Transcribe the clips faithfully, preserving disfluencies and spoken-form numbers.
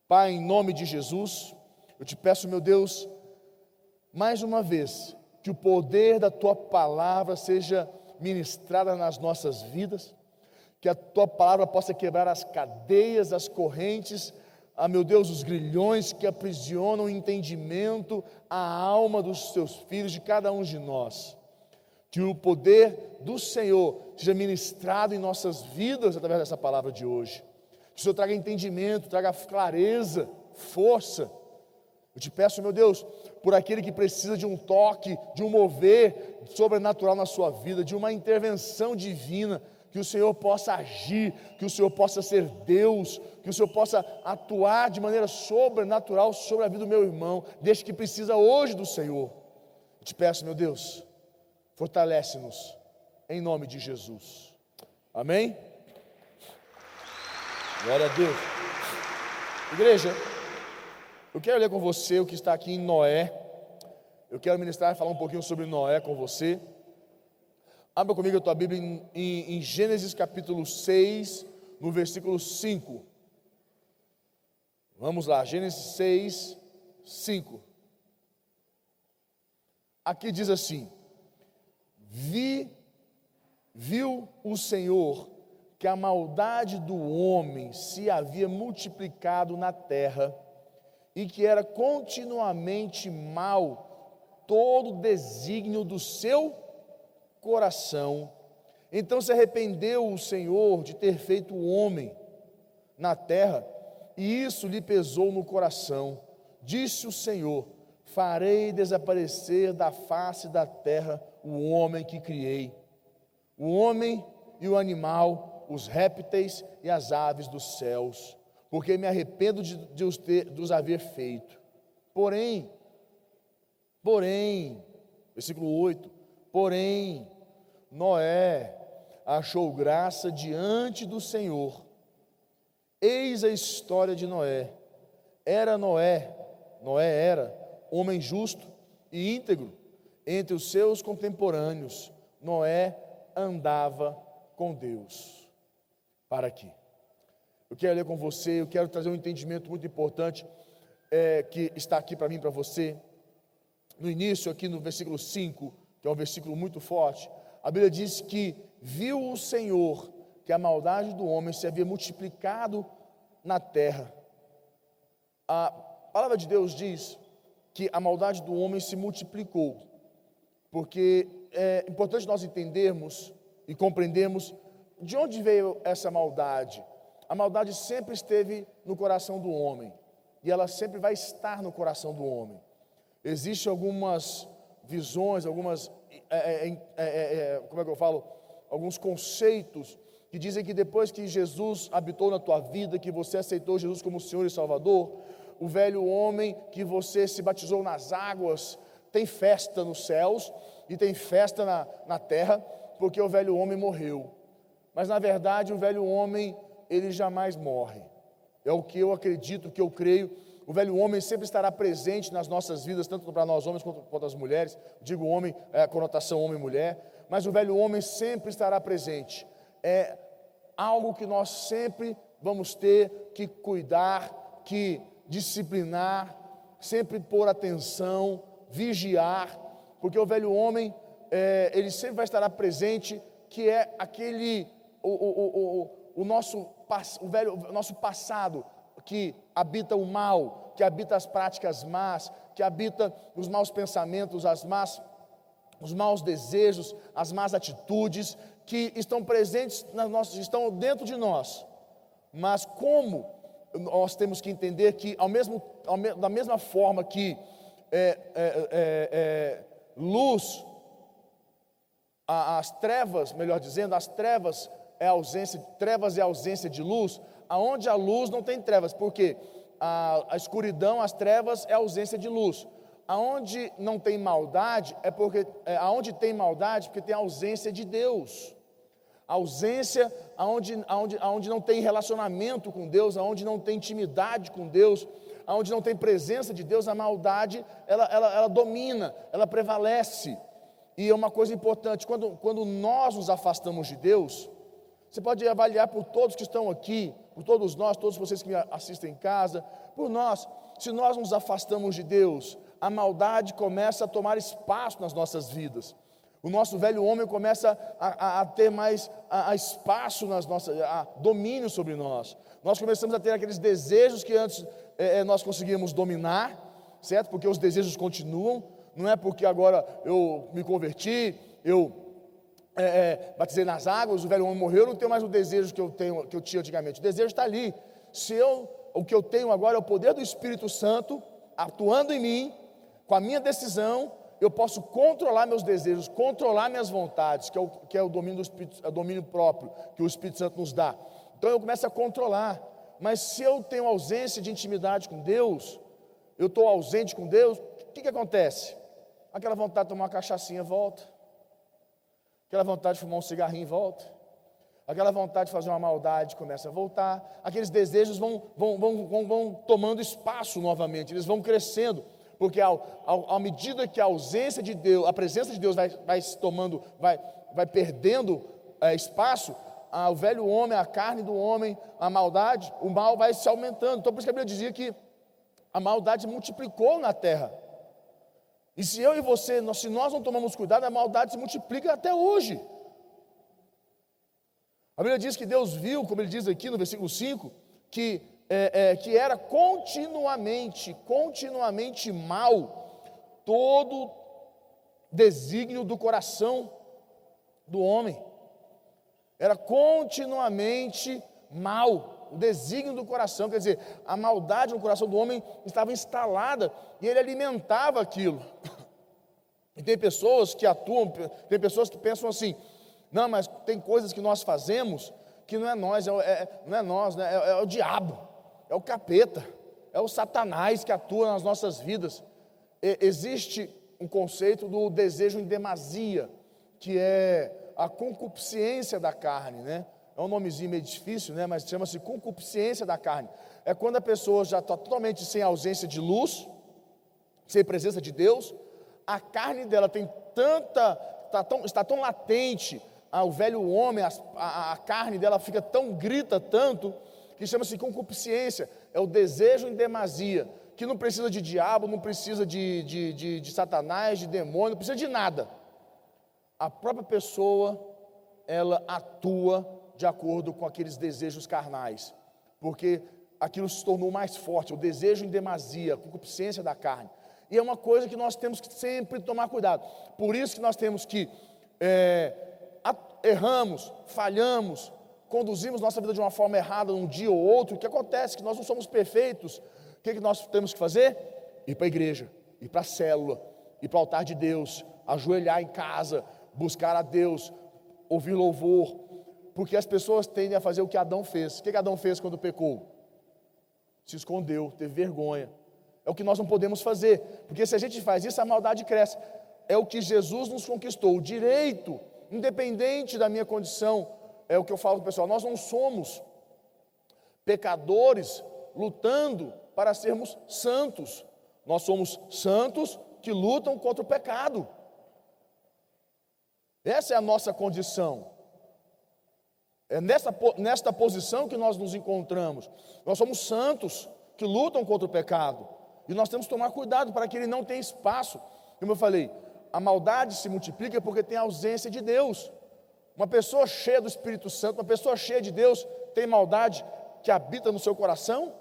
Pai, em nome de Jesus, eu te peço, meu Deus, mais uma vez, que o poder da Tua palavra seja ministrada nas nossas vidas, que a Tua palavra possa quebrar as cadeias, as correntes, ah, meu Deus, os grilhões que aprisionam o entendimento, a alma dos Teus filhos, de cada um de nós. Que o poder do Senhor seja ministrado em nossas vidas através dessa palavra de hoje. Que o Senhor traga entendimento, traga clareza, força. Eu te peço, meu Deus, por aquele que precisa de um toque, de um mover sobrenatural na sua vida, de uma intervenção divina, que o Senhor possa agir, que o Senhor possa ser Deus, que o Senhor possa atuar de maneira sobrenatural sobre a vida do meu irmão, deste que precisa hoje do Senhor. Eu te peço, meu Deus, fortalece-nos, em nome de Jesus. Amém? Glória a Deus. Igreja, eu quero ler com você o que está aqui em Noé. Eu quero ministrar e falar um pouquinho sobre Noé com você. Abra comigo a tua Bíblia em, em, em Gênesis capítulo seis, no versículo cinco. Vamos lá, Gênesis seis, cinco. Aqui diz assim: Vi, viu o Senhor que a maldade do homem se havia multiplicado na terra, e que era continuamente mal todo o desígnio do seu coração. Então se arrependeu o Senhor de ter feito o homem na terra, e isso lhe pesou no coração. Disse o Senhor: farei desaparecer da face da terra o homem que criei, o homem e o animal, os répteis e as aves dos céus, porque me arrependo de, de, os, ter, de os haver feito. Porém, porém, versículo oito, porém, Noé achou graça diante do Senhor. Eis a história de Noé. Era Noé, Noé era homem justo e íntegro entre os seus contemporâneos. Noé andava com Deus. Para aqui. Eu quero ler com você, eu quero trazer um entendimento muito importante é, que está aqui para mim, para você. No início, aqui no versículo cinco, que é um versículo muito forte, a Bíblia diz que viu o Senhor que a maldade do homem se havia multiplicado na terra. A palavra de Deus diz que a maldade do homem se multiplicou, porque é importante nós entendermos e compreendermos de onde veio essa maldade. A maldade sempre esteve no coração do homem, e ela sempre vai estar no coração do homem. Existem algumas visões, algumas, é, é, é, é, como é que eu falo, alguns conceitos que dizem que depois que Jesus habitou na tua vida, que você aceitou Jesus como Senhor e Salvador, o velho homem que você se batizou nas águas, tem festa nos céus e tem festa na, na terra, porque o velho homem morreu. Mas na verdade o velho homem, ele jamais morre. É o que eu acredito, o que eu creio. O velho homem sempre estará presente nas nossas vidas, tanto para nós homens quanto para as mulheres. Digo homem, é a conotação homem e mulher, mas o velho homem sempre estará presente. É algo que nós sempre vamos ter que cuidar, que disciplinar, sempre pôr atenção, vigiar, porque o velho homem, é, ele sempre vai estar presente, que é aquele, o, o, o, o, nosso, o, velho, o nosso passado, que habita o mal, que habita as práticas más, que habita os maus pensamentos, as más, os maus desejos, as más atitudes, que estão presentes, nas nossas, estão dentro de nós. Mas como nós temos que entender que, ao mesmo, ao, da mesma forma que é, é, é, é, luz, a, as trevas, melhor dizendo, as trevas é ausência, trevas é ausência de luz, aonde a luz não tem trevas, porque a, a escuridão, as trevas é ausência de luz. Aonde não tem maldade, é porque, é, aonde tem maldade, porque tem ausência de Deus. Ausência aonde, aonde, aonde não tem relacionamento com Deus, aonde não tem intimidade com Deus, aonde não tem presença de Deus, a maldade, ela, ela, ela domina, ela prevalece. E é uma coisa importante, quando, quando nós nos afastamos de Deus, Você pode avaliar por todos que estão aqui, por todos nós, todos vocês que me assistem em casa, por nós. Se nós nos afastamos de Deus, a maldade começa a tomar espaço nas nossas vidas. O nosso velho homem começa a, a, a ter mais a, a espaço nas nossas, a domínio sobre nós. Nós começamos a ter aqueles desejos que antes é, nós conseguíamos dominar, certo? Porque os desejos continuam. Não é porque agora eu me converti, eu é, é, batizei nas águas, o velho homem morreu, eu não tenho mais o desejo que eu, tenho, que eu tinha antigamente. O desejo está ali. Se eu, o que eu tenho agora é o poder do Espírito Santo atuando em mim, com a minha decisão, eu posso controlar meus desejos, controlar minhas vontades, que é o, que é o domínio do Espírito, é o domínio próprio que o Espírito Santo nos dá. Então eu começo a controlar. Mas se eu tenho ausência de intimidade com Deus, eu estou ausente com Deus, o que, que acontece? Aquela vontade de tomar uma cachaçinha volta, aquela vontade de fumar um cigarrinho volta, aquela vontade de fazer uma maldade começa a voltar, aqueles desejos vão, vão, vão, vão, vão tomando espaço novamente, eles vão crescendo. Porque ao, ao, à medida que a ausência de Deus, a presença de Deus vai, vai se tomando, vai, vai perdendo é, espaço, a, o velho homem, a carne do homem, a maldade, o mal vai se aumentando. Então por isso que a Bíblia dizia que a maldade multiplicou na terra. E se eu e você, nós, se nós não tomamos cuidado, a maldade se multiplica até hoje. A Bíblia diz que Deus viu, como ele diz aqui no versículo cinco, que É, é, que era continuamente, continuamente mal, todo desígnio do coração do homem, era continuamente mal, o desígnio do coração, quer dizer, a maldade no coração do homem estava instalada, e ele alimentava aquilo. E tem pessoas que atuam, tem pessoas que pensam assim, não, mas tem coisas que nós fazemos, que não é nós, é, é, não é nós, né, é, é o diabo. É o capeta, é o Satanás que atua nas nossas vidas. E, existe um conceito do desejo em demasia, que é a concupiscência da carne, né? É um nomezinho meio difícil, né? Mas chama-se concupiscência da carne. É quando a pessoa já está totalmente sem ausência de luz, sem presença de Deus, a carne dela tem tanta, está tão, está tão latente, ah, o velho homem, a, a, a carne dela fica tão, grita tanto, que chama-se concupiscência, é o desejo em demasia, que não precisa de diabo, não precisa de, de, de, de Satanás, de demônio, não precisa de nada. A própria pessoa, ela atua de acordo com aqueles desejos carnais, porque aquilo se tornou mais forte, o desejo em demasia, a concupiscência da carne. E é uma coisa que nós temos que sempre tomar cuidado. Por isso que nós temos que, é, erramos, falhamos, conduzimos nossa vida de uma forma errada um dia ou outro. O que acontece? Que nós não somos perfeitos. O que, que nós temos que fazer? Ir para a igreja, ir para a célula, ir para o altar de Deus, ajoelhar em casa, buscar a Deus, ouvir louvor, porque as pessoas tendem a fazer o que Adão fez. O que, que Adão fez quando pecou? Se escondeu, teve vergonha. É o que nós não podemos fazer, porque se a gente faz isso, a maldade cresce. É o que Jesus nos conquistou, o direito, independente da minha condição. É o que eu falo para o pessoal, nós não somos pecadores lutando para sermos santos. Nós somos santos que lutam contra o pecado. Essa é a nossa condição. É nessa, nesta posição que nós nos encontramos. Nós somos santos que lutam contra o pecado. E nós temos que tomar cuidado para que ele não tenha espaço. Como eu falei, a maldade se multiplica porque tem ausência de Deus. Uma pessoa cheia do Espírito Santo, uma pessoa cheia de Deus, tem maldade que habita no seu coração?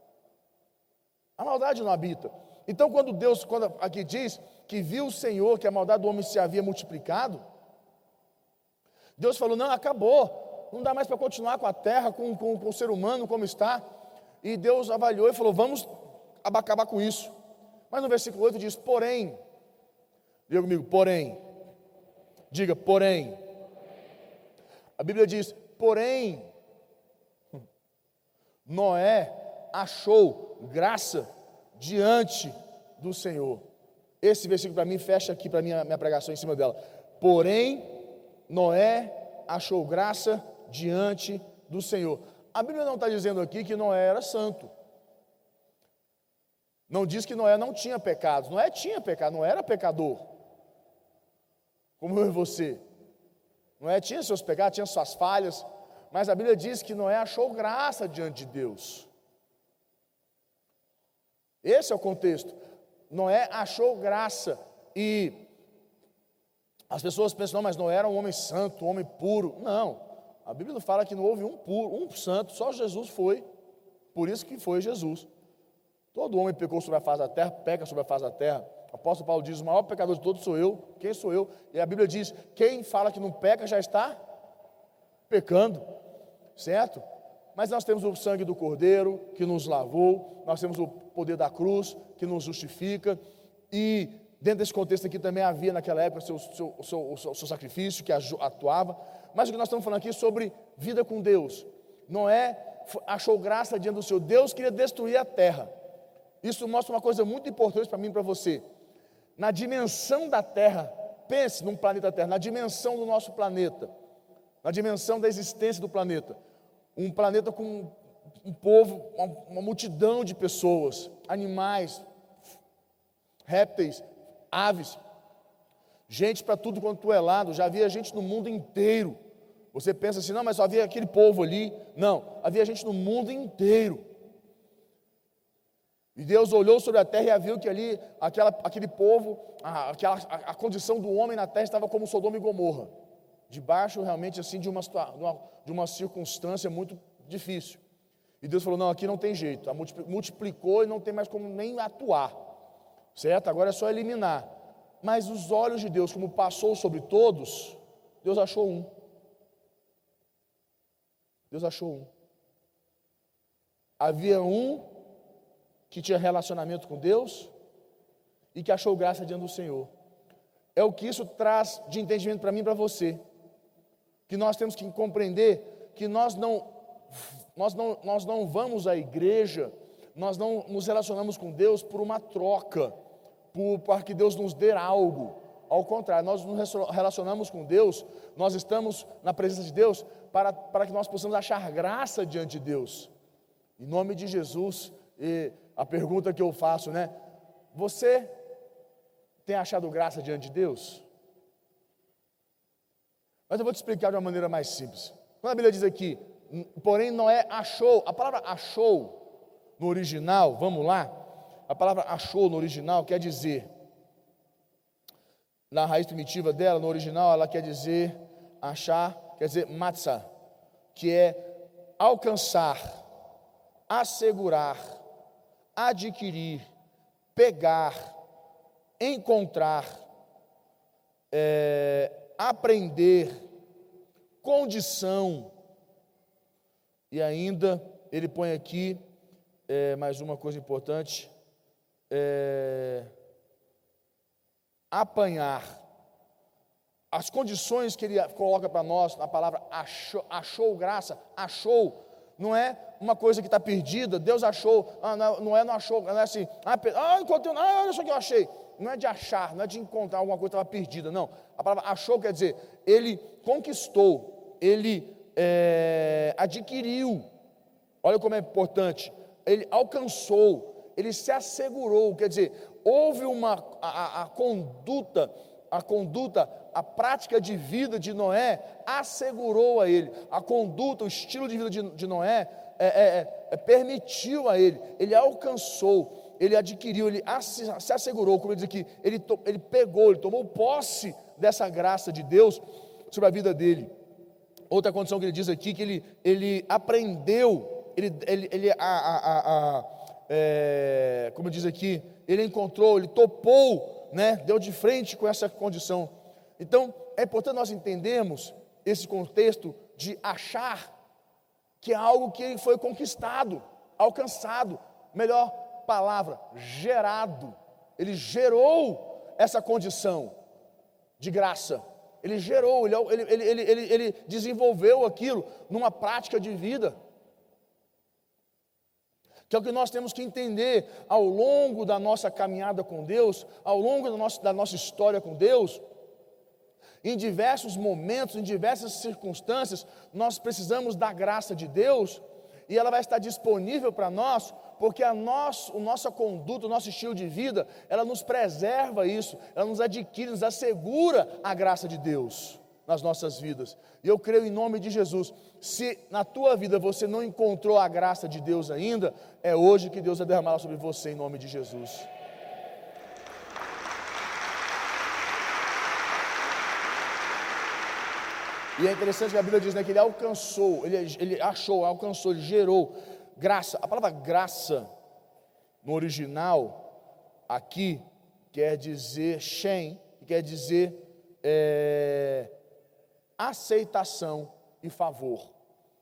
A maldade não habita. Então quando Deus, quando aqui diz que viu o Senhor que a maldade do homem se havia multiplicado, Deus falou, não, acabou, não dá mais para continuar com a terra, com, com, com o ser humano como está. E Deus avaliou e falou, vamos acabar com isso. Mas no versículo oito diz, porém, diga comigo, porém, diga, porém, a Bíblia diz, porém, Noé achou graça diante do Senhor. Esse versículo para mim fecha aqui para minha minha pregação em cima dela. Porém, Noé achou graça diante do Senhor. A Bíblia não está dizendo aqui que Noé era santo. Não diz que Noé não tinha pecados. Noé tinha pecado, não era pecador. Como eu e você. Noé tinha seus pecados, tinha suas falhas, mas a Bíblia diz que Noé achou graça diante de Deus. Esse é o contexto. Noé achou graça, e as pessoas pensam, não, mas Noé era um homem santo, um homem puro. Não, a Bíblia não fala que não houve um puro, um santo, só Jesus foi, por isso que foi Jesus. Todo homem pecou sobre a face da terra, peca sobre a face da terra. O apóstolo Paulo diz, o maior pecador de todos sou eu. Quem sou eu? E a Bíblia diz, quem fala que não peca já está pecando, certo? Mas nós temos o sangue do Cordeiro que nos lavou, nós temos o poder da cruz que nos justifica, e dentro desse contexto aqui também havia naquela época o seu, seu, seu, seu, seu sacrifício que atuava. Mas o que nós estamos falando aqui é sobre vida com Deus. Noé achou graça diante do Senhor. Deus queria destruir a terra. Isso mostra uma coisa muito importante para mim e para você. Na dimensão da terra, pense num planeta Terra, na dimensão do nosso planeta, na dimensão da existência do planeta, um planeta com um povo, uma, uma multidão de pessoas, animais, répteis, aves, gente para tudo quanto é lado. Já havia gente no mundo inteiro. Você pensa assim, não, mas só havia aquele povo ali. Não, havia gente no mundo inteiro. E Deus olhou sobre a terra e viu que ali, aquela, aquele povo, a, aquela, a, a condição do homem na terra estava como Sodoma e Gomorra, debaixo realmente assim de uma, de uma, de uma circunstância muito difícil. E Deus falou, não, aqui não tem jeito, multiplicou e não tem mais como nem atuar, certo? Agora é só eliminar. Mas os olhos de Deus, como passou sobre todos, Deus achou um. Deus achou um. Havia um que tinha relacionamento com Deus e que achou graça diante do Senhor. É o que isso traz de entendimento para mim e para você, que nós temos que compreender que nós não, nós não, nós não vamos à igreja, nós não nos relacionamos com Deus por uma troca, por, para que Deus nos dê algo. Ao contrário, nós nos relacionamos com Deus, nós estamos na presença de Deus para, para que nós possamos achar graça diante de Deus. Em nome de Jesus. E a pergunta que eu faço, né? Você tem achado graça diante de Deus? Mas eu vou te explicar de uma maneira mais simples. Quando a Bíblia diz aqui, porém Noé achou, a palavra achou no original, vamos lá, a palavra achou no original quer dizer, na raiz primitiva dela, no original, ela quer dizer achar, quer dizer matzah, que é alcançar, assegurar, adquirir, pegar, encontrar, é, aprender, condição. E ainda ele põe aqui é, mais uma coisa importante, é, apanhar. As condições que ele coloca para nós, na palavra achou, achou graça, achou, não é uma coisa que está perdida. Deus achou, ah, não, não é não achou, não é assim, ah, ah encontrei, ah, olha só que eu achei. Não é de achar, não é de encontrar alguma coisa que estava perdida, não. A palavra achou quer dizer, ele conquistou, ele é, adquiriu. Olha como é importante, ele alcançou, ele se assegurou, quer dizer, houve uma, a, a, a conduta, a conduta, a prática de vida de Noé assegurou a ele, a conduta, o estilo de vida de, de Noé é, é, é, permitiu a ele, ele alcançou, ele adquiriu, ele se assegurou, como ele diz aqui, ele, ele pegou, ele tomou posse dessa graça de Deus sobre a vida dele. Outra condição que ele diz aqui, que ele, ele aprendeu, ele, ele, ele a, a, a, é, como diz aqui, ele encontrou, ele topou, né, deu de frente com essa condição. Então, é importante nós entendermos esse contexto de achar que é algo que foi conquistado, alcançado, melhor palavra, gerado. Ele gerou essa condição de graça. Ele gerou, ele, ele, ele, ele, ele desenvolveu aquilo numa prática de vida. Que é o que nós temos que entender ao longo da nossa caminhada com Deus, ao longo da nossa, da nossa história com Deus. Em diversos momentos, em diversas circunstâncias, nós precisamos da graça de Deus, e ela vai estar disponível para nós, porque a, nosso, a nossa conduta, o nosso estilo de vida, ela nos preserva isso, ela nos adquire, nos assegura a graça de Deus. nas nossas vidas. E eu creio em nome de Jesus, se na tua vida você não encontrou a graça de Deus ainda, é hoje que Deus vai derramar sobre você em nome de Jesus. E é interessante que a Bíblia diz, né, que ele alcançou, ele, ele achou, alcançou, ele gerou graça. A palavra graça, no original, aqui, quer dizer shem, quer dizer é, aceitação e favor.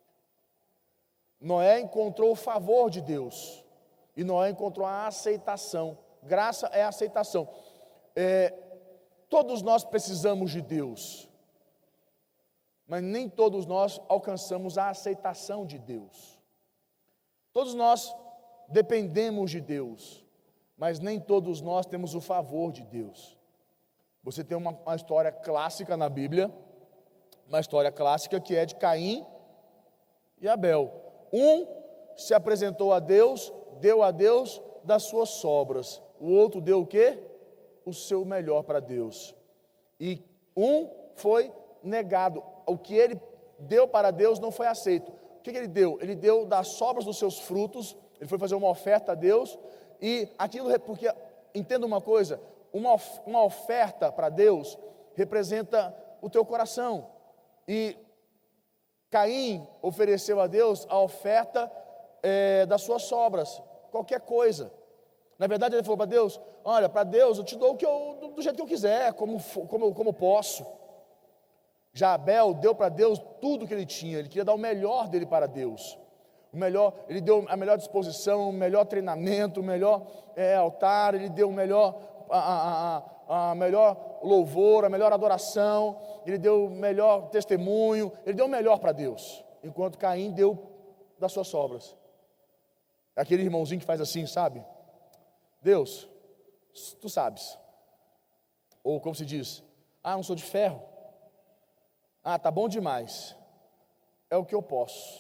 Noé encontrou o favor de Deus, e Noé encontrou a aceitação. Graça é aceitação. É, todos nós precisamos de Deus, mas nem todos nós alcançamos a aceitação de Deus. Todos nós dependemos de Deus, mas nem todos nós temos o favor de Deus. Você tem uma, uma história clássica na Bíblia, uma história clássica que é de Caim e Abel. Um se apresentou a Deus, deu a Deus das suas sobras. O outro deu o quê? O seu melhor para Deus. E um foi negado. O que ele deu para Deus não foi aceito. O que ele deu? Ele deu das sobras dos seus frutos, ele foi fazer uma oferta a Deus, e aquilo, porque, entenda uma coisa, uma, uma oferta para Deus representa o teu coração, e Caim ofereceu a Deus a oferta é, das suas sobras, qualquer coisa. Na verdade ele falou para Deus, olha, para Deus eu te dou o que eu, do, do jeito que eu quiser, como, como, como posso. Já Abel deu para Deus tudo que ele tinha, ele queria dar o melhor dele para Deus. O melhor, ele deu a melhor disposição, o melhor treinamento, o melhor é, altar, ele deu o melhor, a, a, a, a melhor louvor, a melhor adoração, ele deu o melhor testemunho, ele deu o melhor para Deus, enquanto Caim deu das suas sobras. Aquele irmãozinho que faz assim, sabe? Deus, tu sabes. Ou como se diz, ah, não sou de ferro. Ah, tá bom demais. É o que eu posso.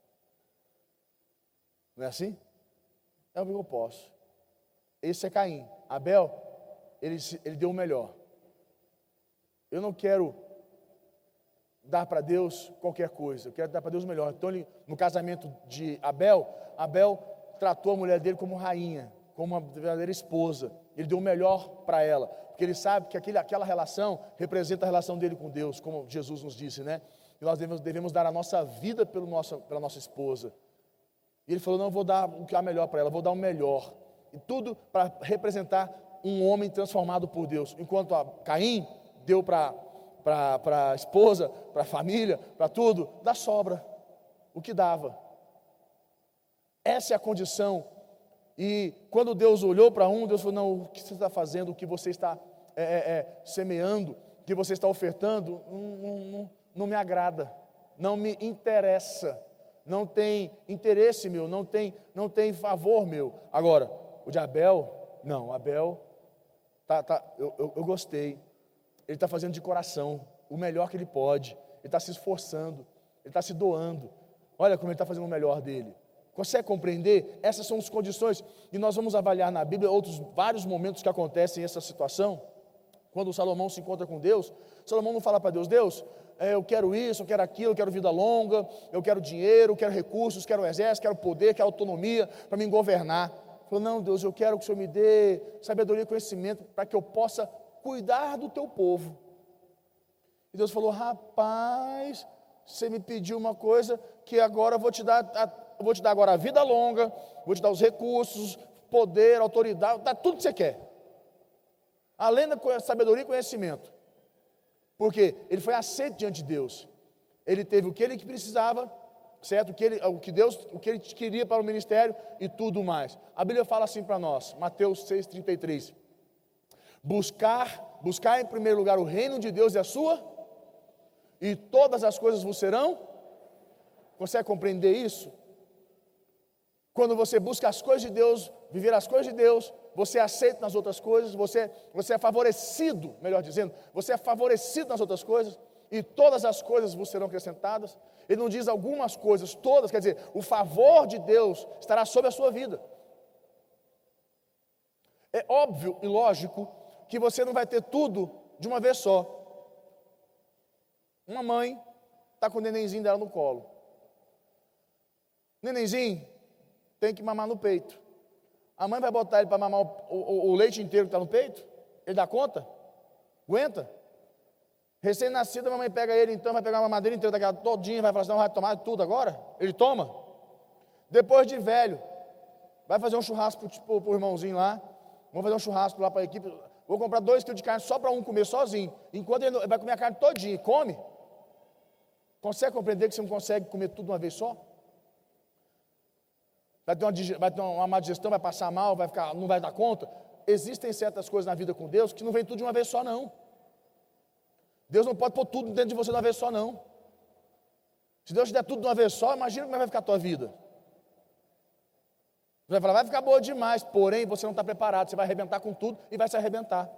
Não é assim? É o que eu posso. Esse é Caim. Abel, ele, ele deu o melhor. Eu não quero dar para Deus qualquer coisa. Eu quero dar para Deus o melhor. Então, ele, no casamento de Abel, Abel tratou a mulher dele como rainha, como uma verdadeira esposa. Ele deu o melhor para ela, porque ele sabe que aquele, aquela relação representa a relação dele com Deus, como Jesus nos disse, né? E nós devemos, devemos dar a nossa vida pelo nosso, pela nossa esposa. E ele falou, não, eu vou dar o que há melhor para ela, vou dar o melhor. E tudo para representar um homem transformado por Deus. Enquanto a Caim deu para a esposa, para a família, para tudo, da sobra, o que dava. Essa é a condição. E quando Deus olhou para um, Deus falou, não, o que você está fazendo, o que você está é, é, é, semeando, o que você está ofertando, não, não, não, não me agrada, não me interessa, não tem interesse meu, não tem, não tem favor meu. Agora, o de Abel, não, Abel, tá, tá, eu, eu, eu gostei, ele está fazendo de coração, o melhor que ele pode, ele está se esforçando, ele está se doando, olha como ele está fazendo o melhor dele. Consegue compreender? Essas são as condições, e nós vamos avaliar na Bíblia outros vários momentos que acontecem essa situação. Quando Salomão se encontra com Deus, Salomão não fala para Deus, Deus, é, eu quero isso, eu quero aquilo, eu quero vida longa, eu quero dinheiro, eu quero recursos, quero exército, quero poder, quero autonomia para me governar. Ele falou, não, Deus, eu quero que o Senhor me dê sabedoria e conhecimento para que eu possa cuidar do teu povo. E Deus falou, rapaz, você me pediu uma coisa que agora eu vou te dar a Eu vou te dar agora a vida longa, vou te dar os recursos, poder, autoridade, dá tudo que você quer. Além da sabedoria e conhecimento. Porque ele foi aceito diante de Deus. Ele teve o que ele precisava, certo? O que, ele, o que Deus, o que ele queria para o ministério e tudo mais. A Bíblia fala assim para nós, Mateus seis, trinta e três. Buscar, buscar em primeiro lugar o reino de Deus e a sua, e todas as coisas vos serão. Consegue compreender isso? Quando você busca as coisas de Deus, viver as coisas de Deus, você é aceito nas outras coisas, você, você é favorecido, melhor dizendo, você é favorecido nas outras coisas, e todas as coisas vos serão acrescentadas. Ele não diz algumas coisas, todas, quer dizer, o favor de Deus estará sobre a sua vida. É óbvio e lógico que você não vai ter tudo de uma vez só. Uma mãe está com o nenenzinho dela no colo. O nenenzinho tem que mamar no peito. A mãe vai botar ele para mamar o, o, o leite inteiro que está no peito? Ele dá conta? Aguenta? Recém-nascido, a mamãe pega ele, então vai pegar uma mamadeira inteira daquela todinha, vai falar assim, não, vai tomar tudo agora? Ele toma. Depois de velho, vai fazer um churrasco para o irmãozinho lá, vamos fazer um churrasco lá para a equipe, vou comprar dois quilos de carne só para um comer sozinho, enquanto ele vai comer a carne todinha, come. Consegue compreender que você não consegue comer tudo de uma vez só? Vai ter, uma, vai ter uma má digestão, vai passar mal, vai ficar, não vai dar conta? Existem certas coisas na vida com Deus que não vem tudo de uma vez só, não. Deus não pode pôr tudo dentro de você de uma vez só, não. Se Deus te der tudo de uma vez só, imagina como vai ficar a tua vida. Você vai falar, vai ficar boa demais, porém você não está preparado, você vai arrebentar com tudo e vai se arrebentar.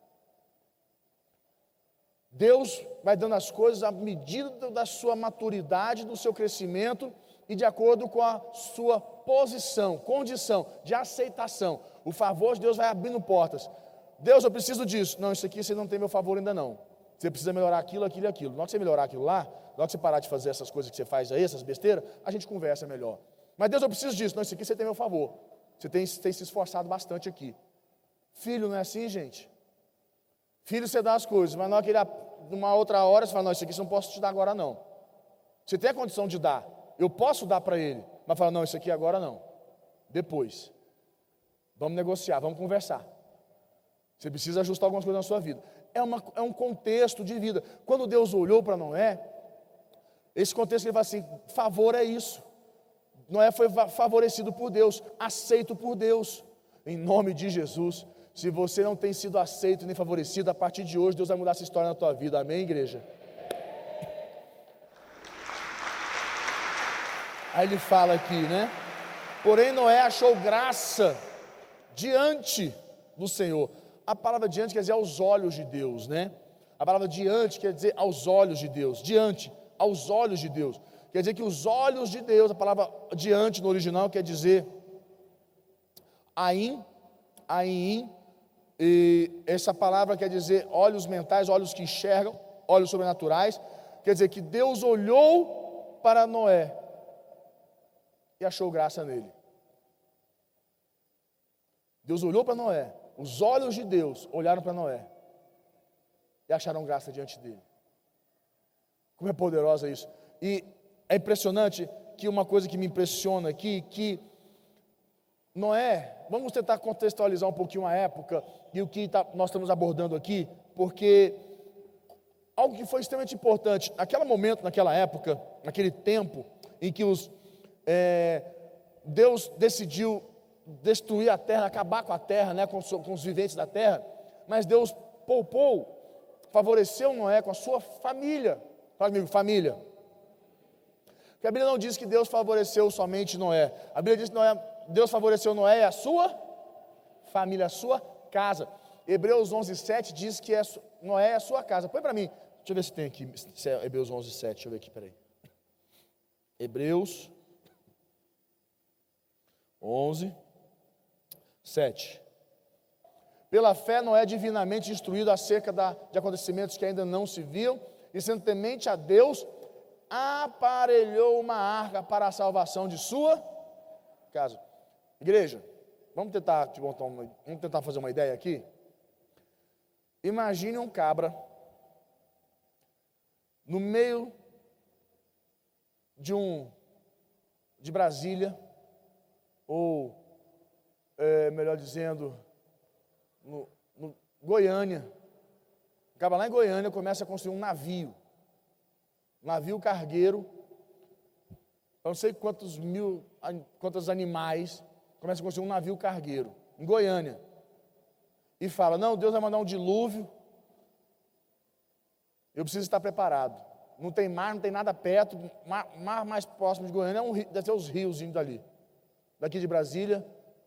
Deus vai dando as coisas à medida da sua maturidade, do seu crescimento e de acordo com a sua posição, condição de aceitação. O favor de Deus vai abrindo portas. Deus, eu preciso disso. Não, isso aqui você não tem meu favor ainda não. Você precisa melhorar aquilo, aquilo e aquilo. Na hora que você melhorar aquilo lá, na hora que você parar de fazer essas coisas que você faz aí, essas besteiras, a gente conversa melhor. Mas Deus, eu preciso disso. Não, isso aqui você tem meu favor. Você tem, tem se esforçado bastante aqui. Filho, não é assim, gente? Filho, você dá as coisas, mas na hora que ele, numa outra hora, você fala, não, isso aqui você não posso te dar agora não. Você tem a condição de dar. Eu posso dar para ele. Mas fala, não, isso aqui agora não. Depois. Vamos negociar, vamos conversar. Você precisa ajustar algumas coisas na sua vida. É, uma, é um contexto de vida. Quando Deus olhou para Noé, esse contexto ele fala assim, favor é isso. Noé foi favorecido por Deus, aceito por Deus. Em nome de Jesus, se você não tem sido aceito nem favorecido, a partir de hoje Deus vai mudar essa história na tua vida. Amém, igreja? Aí ele fala aqui, né? Porém Noé achou graça diante do Senhor. A palavra diante quer dizer aos olhos de Deus, né? A palavra diante quer dizer aos olhos de Deus. Diante, aos olhos de Deus. Quer dizer que os olhos de Deus, a palavra diante no original quer dizer aim, aim, e essa palavra quer dizer olhos mentais, olhos que enxergam, olhos sobrenaturais. Quer dizer que Deus olhou para Noé e achou graça nele. Deus olhou para Noé, os olhos de Deus olharam para Noé e acharam graça diante dele. Como é poderosa isso. E é impressionante que uma coisa que me impressiona aqui, que Noé, vamos tentar contextualizar um pouquinho a época e o que tá, nós estamos abordando aqui, porque algo que foi extremamente importante, naquele momento, naquela época, naquele tempo em que os, é, Deus decidiu destruir a terra, acabar com a terra, né, com, com os viventes da terra, mas Deus poupou, favoreceu Noé com a sua família. Fala comigo, família. Porque a Bíblia não diz que Deus favoreceu somente Noé. A Bíblia diz que Noé, Deus favoreceu Noé e a sua família, a sua casa. Hebreus onze, sete diz que é, Noé é a sua casa. Põe para mim, deixa eu ver se tem aqui, se é Hebreus onze, sete, deixa eu ver aqui, peraí. Hebreus onze, sete. Pela fé Noé é divinamente instruído acerca da, de acontecimentos que ainda não se viam, e sendo temente a Deus, aparelhou uma arca para a salvação de sua casa. Igreja, vamos tentar, vamos tentar fazer uma ideia aqui? Imagine um cabra no meio de um de Brasília, ou é, melhor dizendo, no, no Goiânia. O cabra lá em Goiânia começa a construir um navio. Navio cargueiro, eu não sei quantos mil, quantos animais, começa a construir um navio cargueiro, em Goiânia, e fala, não, Deus vai mandar um dilúvio, eu preciso estar preparado, não tem mar, não tem nada perto, mar, mar mais próximo de Goiânia, é um, deve ser os rios indo dali, daqui de Brasília.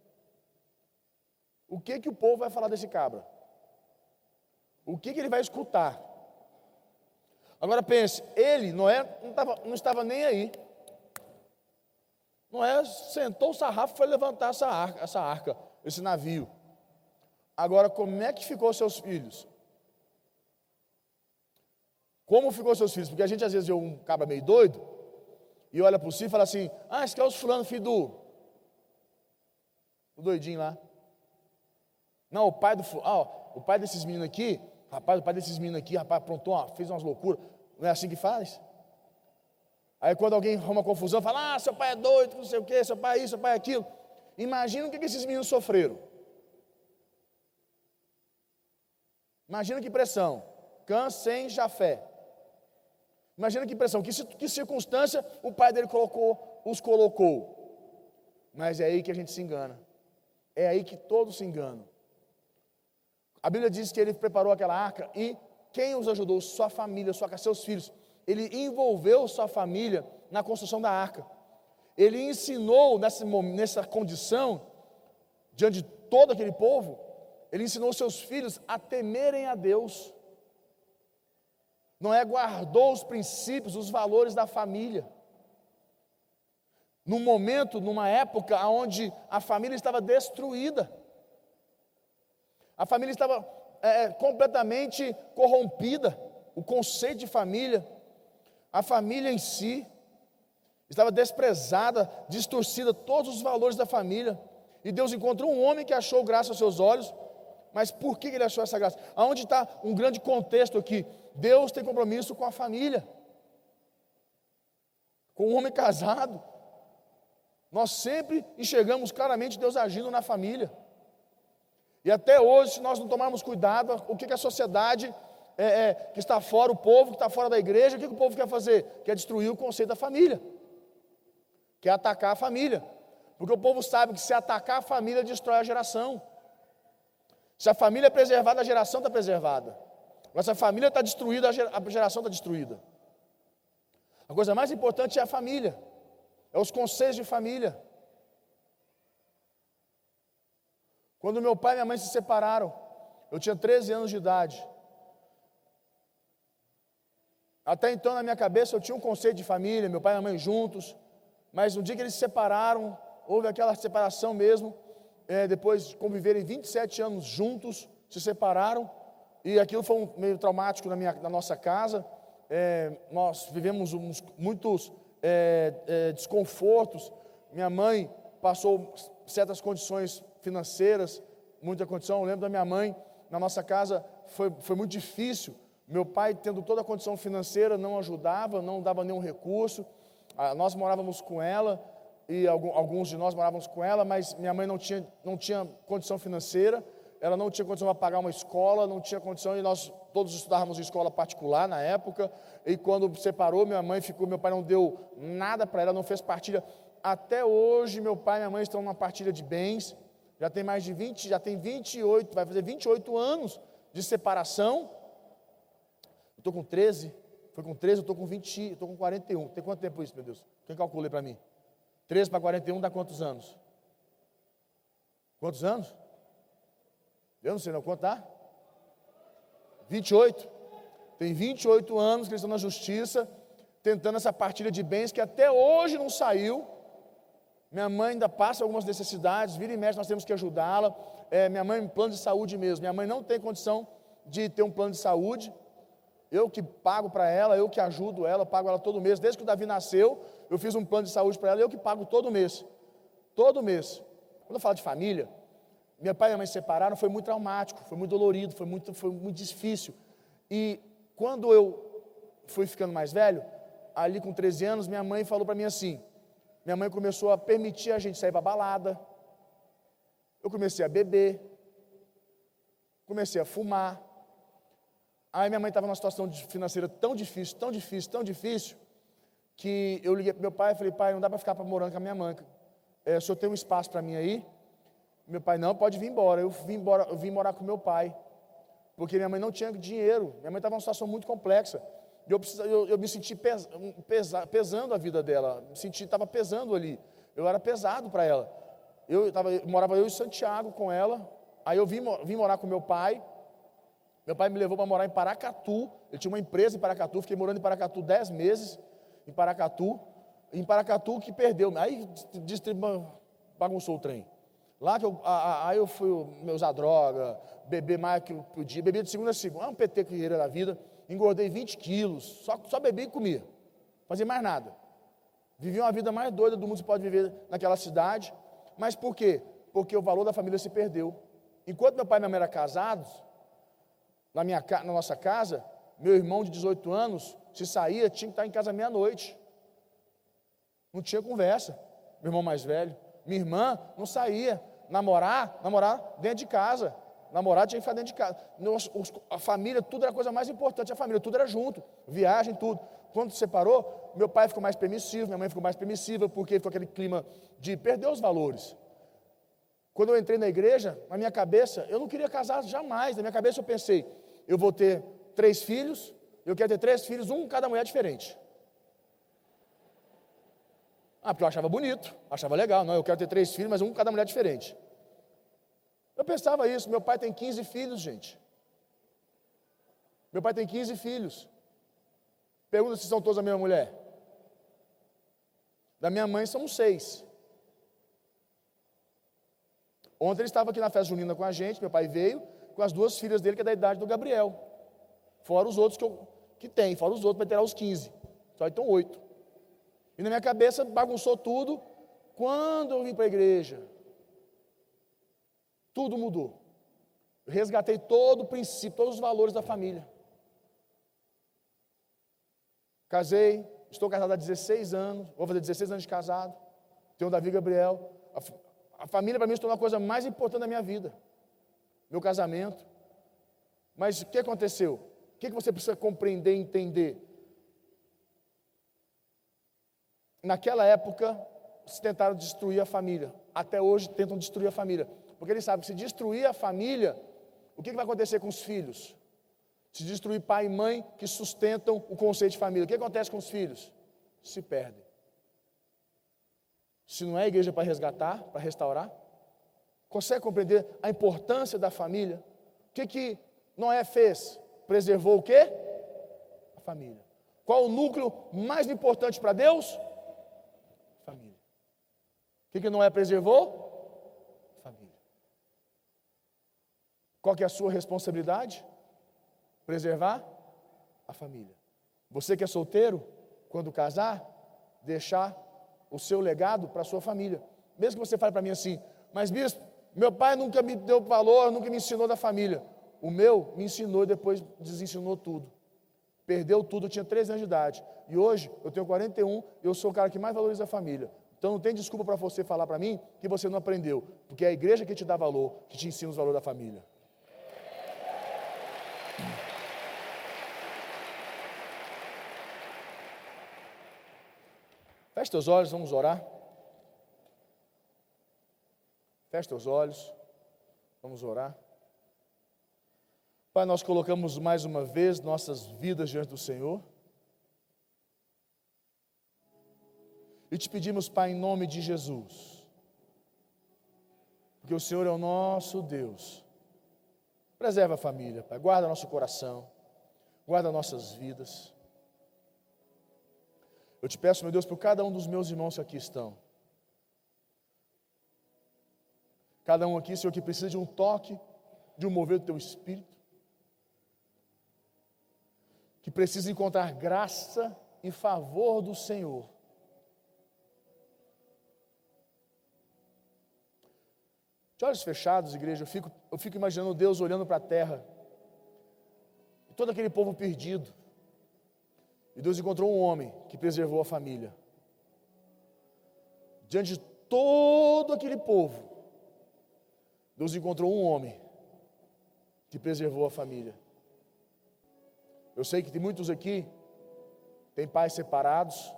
O que que o povo vai falar desse cabra? O que que ele vai escutar? Agora pense, ele, Noé, não estava, não estava nem aí. Noé sentou o sarrafo e foi levantar essa arca, essa arca, esse navio. Agora, como é que ficou seus filhos? Como ficou seus filhos? Porque a gente às vezes vê um cabra meio doido, e olha para si e fala assim, ah, esse aqui é os fulano, filho do, o doidinho lá. Não, o pai do, ah, o pai desses meninos aqui, rapaz, o pai desses meninos aqui, rapaz, aprontou, ó, fez umas loucuras. Não é assim que faz? Aí quando alguém arruma confusão, fala, ah, seu pai é doido, não sei o quê, seu pai é isso, seu pai é aquilo. Imagina o que esses meninos sofreram. Imagina que pressão. Cã, Sem, Jafé. Imagina que pressão, que, que circunstância o pai dele colocou, os colocou. Mas é aí que a gente se engana. É aí que todos se enganam. A Bíblia diz que ele preparou aquela arca e quem os ajudou? Sua família, sua, seus filhos. Ele envolveu sua família na construção da arca. Ele ensinou nessa, nessa condição, diante de todo aquele povo, ele ensinou seus filhos a temerem a Deus. Noé guardou os princípios, os valores da família. Num momento, numa época onde a família estava destruída. A família estava é, completamente corrompida. O conceito de família, a família em si, estava desprezada, distorcida, todos os valores da família. E Deus encontrou um homem que achou graça aos seus olhos. Mas por que ele achou essa graça? Aonde está um grande contexto aqui? Deus tem compromisso com a família, com o homem casado. Nós sempre enxergamos claramente Deus agindo na família. E até hoje, se nós não tomarmos cuidado, o que, que a sociedade é, é, que está fora, o povo que está fora da igreja, o que, que o povo quer fazer? Quer destruir o conceito da família, quer atacar a família, porque o povo sabe que se atacar a família, destrói a geração. Se a família é preservada, a geração está preservada. Mas se a família está destruída, a geração está destruída. A coisa mais importante é a família, é os conceitos de família. Quando meu pai e minha mãe se separaram, eu tinha treze anos de idade. Até então, na minha cabeça, eu tinha um conceito de família, meu pai e minha mãe juntos, mas no dia que eles se separaram, houve aquela separação mesmo, é, depois de conviverem vinte e sete anos juntos, se separaram, e aquilo foi um, meio traumático na, minha, na nossa casa. É, nós vivemos uns, muitos é, é, desconfortos. Minha mãe passou certas condições financeiras, muita condição. Eu lembro da minha mãe, na nossa casa foi, foi muito difícil. Meu pai, tendo toda a condição financeira, não ajudava, não dava nenhum recurso. Ah, nós morávamos com ela, e alguns de nós morávamos com ela, mas minha mãe não tinha, não tinha condição financeira, ela não tinha condição para pagar uma escola, não tinha condição, e nós todos estudávamos em escola particular na época, e quando separou, minha mãe ficou, meu pai não deu nada para ela, não fez partilha. Até hoje, meu pai e minha mãe estão numa partilha de bens, já tem mais de vinte, já tem vinte e oito, vai fazer vinte e oito anos de separação. Eu estou com treze, foi com treze, eu estou com vinte, eu estou com quarenta e um. Tem quanto tempo isso, meu Deus? Quem calcula para mim? treze para quarenta e um dá quantos anos? Quantos anos? Eu não sei não, quanto dá? vinte e oito. Tem vinte e oito anos que eles estão na justiça, tentando essa partilha de bens que até hoje não saiu. Minha mãe ainda passa algumas necessidades, vira e mexe, nós temos que ajudá-la. É, minha mãe, plano de saúde mesmo. Minha mãe não tem condição de ter um plano de saúde. Eu que pago para ela, eu que ajudo ela, pago ela todo mês. Desde que o Davi nasceu, eu fiz um plano de saúde para ela, eu que pago todo mês. Todo mês. Quando eu falo de família, meu pai e minha mãe se separaram, foi muito traumático, foi muito dolorido, foi muito, foi muito difícil. E quando eu fui ficando mais velho, ali com treze anos, minha mãe falou para mim assim, minha mãe começou a permitir a gente sair para balada, eu comecei a beber, comecei a fumar. Aí minha mãe estava numa situação financeira tão difícil, tão difícil, tão difícil, que eu liguei para meu pai e falei, pai, não dá para ficar morando com a minha mãe, é, o senhor tem um espaço para mim aí? Meu pai, não, pode vir embora. Eu vim, embora, eu vim morar com meu pai, porque minha mãe não tinha dinheiro, minha mãe estava numa situação muito complexa, e eu, precisava, eu, eu me senti pes, pesa, pesando a vida dela, me senti, estava pesando ali, eu era pesado para ela, eu, tava, eu morava eu em Santiago com ela, aí eu vim, vim morar com meu pai, meu pai me levou para morar em Paracatu, ele tinha uma empresa em Paracatu, fiquei morando em Paracatu dez meses, em Paracatu, em Paracatu que perdeu, aí distribu, bagunçou o trem. Lá que eu, aí eu fui usar droga, beber mais que eu podia, bebia de segunda a segunda, um P T que era da vida. engordei vinte quilos, só, só bebia e comia, não fazia mais nada. Vivia uma vida mais doida do mundo que se pode viver naquela cidade. Mas por quê? Porque o valor da família se perdeu. Enquanto meu pai e minha mãe eram casados, na, minha, na nossa casa, meu irmão de dezoito anos, se saía, tinha que estar em casa meia-noite. Não tinha conversa. Meu irmão mais velho. Minha irmã não saía. Namorar, namorar dentro de casa. Namorar tinha que ficar dentro de casa. A família, tudo era a coisa mais importante. A família, tudo era junto. Viagem, tudo. Quando se separou, meu pai ficou mais permissivo, minha mãe ficou mais permissiva, porque ficou aquele clima de perder os valores. Quando eu entrei na igreja, na minha cabeça, eu não queria casar jamais. Na minha cabeça eu pensei, eu vou ter três filhos, eu quero ter três filhos, um cada mulher diferente. Ah, porque eu achava bonito, achava legal. Não, eu quero ter três filhos, mas um cada mulher diferente. Eu pensava isso. Meu pai tem quinze filhos, gente. Meu pai tem quinze filhos. Pergunta se são todos a mesma mulher. Da minha mãe são seis. Ontem ele estava aqui na festa junina com a gente, meu pai veio com as duas filhas dele, que é da idade do Gabriel. Fora os outros que, eu, que tem, fora os outros, vai ter os quinze. Só então oito. E na minha cabeça bagunçou tudo. Quando eu vim para a igreja, tudo mudou. Eu resgatei todo o princípio, todos os valores da família. Casei, estou casado há dezesseis anos, vou fazer dezesseis anos de casado. Tenho o Davi e Gabriel. A, a família para mim se tornou a coisa mais importante da minha vida. Meu casamento. Mas o que aconteceu? O que você precisa compreender e entender? Naquela época, se tentaram destruir a família. Até hoje tentam destruir a família. Porque eles sabem que se destruir a família, o que vai acontecer com os filhos? Se destruir pai e mãe que sustentam o conceito de família, o que acontece com os filhos? Se perdem. Se não é a igreja para resgatar, para restaurar, consegue compreender a importância da família? O que que Noé fez? Preservou o quê? A família. Qual o núcleo mais importante para Deus? Família. O que que Noé preservou? Família. Qual que é a sua responsabilidade? Preservar a família. Você que é solteiro, quando casar, deixar o seu legado para a sua família. Mesmo que você fale para mim assim, mas bispo, meu pai nunca me deu valor, nunca me ensinou da família. O meu me ensinou e depois desensinou tudo. Perdeu tudo, eu tinha treze anos de idade. E hoje, eu tenho quarenta e um, eu sou o cara que mais valoriza a família. Então não tem desculpa para você falar para mim que você não aprendeu. Porque é a igreja que te dá valor, que te ensina os valores da família. Feche teus olhos, vamos orar. Feche teus olhos, vamos orar. Pai, nós colocamos mais uma vez nossas vidas diante do Senhor. E te pedimos, Pai, em nome de Jesus, porque o Senhor é o nosso Deus. Preserva a família, Pai, guarda nosso coração, guarda nossas vidas. Eu te peço, meu Deus, por cada um dos meus irmãos que aqui estão. Cada um aqui, Senhor, que precisa de um toque, de um mover do Teu Espírito. Que precisa encontrar graça e favor do Senhor. De olhos fechados, igreja, eu fico, eu fico imaginando Deus olhando para a terra. E todo aquele povo perdido. E Deus encontrou um homem que preservou a família. Diante de todo aquele povo, Deus encontrou um homem que preservou a família. Eu sei que tem muitos aqui, tem pais separados,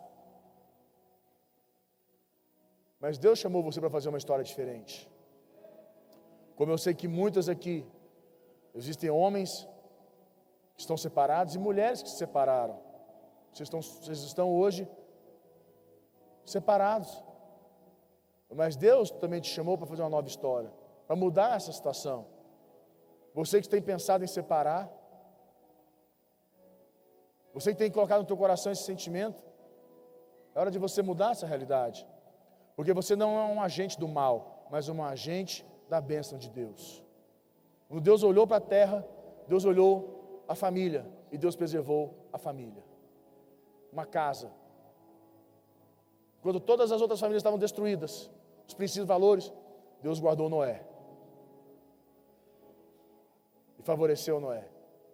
mas Deus chamou você para fazer uma história diferente. Como eu sei que muitas aqui, existem homens que estão separados e mulheres que se separaram. Vocês estão, vocês estão hoje separados. Mas Deus também te chamou para fazer uma nova história, para mudar essa situação. Você que tem pensado em separar, você que tem colocado no teu coração esse sentimento, é hora de você mudar essa realidade. Porque você não é um agente do mal, mas um agente da bênção de Deus. Quando Deus olhou para a terra, Deus olhou a família. e Deus preservou a família. Uma casa. Quando todas as outras famílias estavam destruídas, os princípios e valores, Deus guardou Noé. E favoreceu Noé.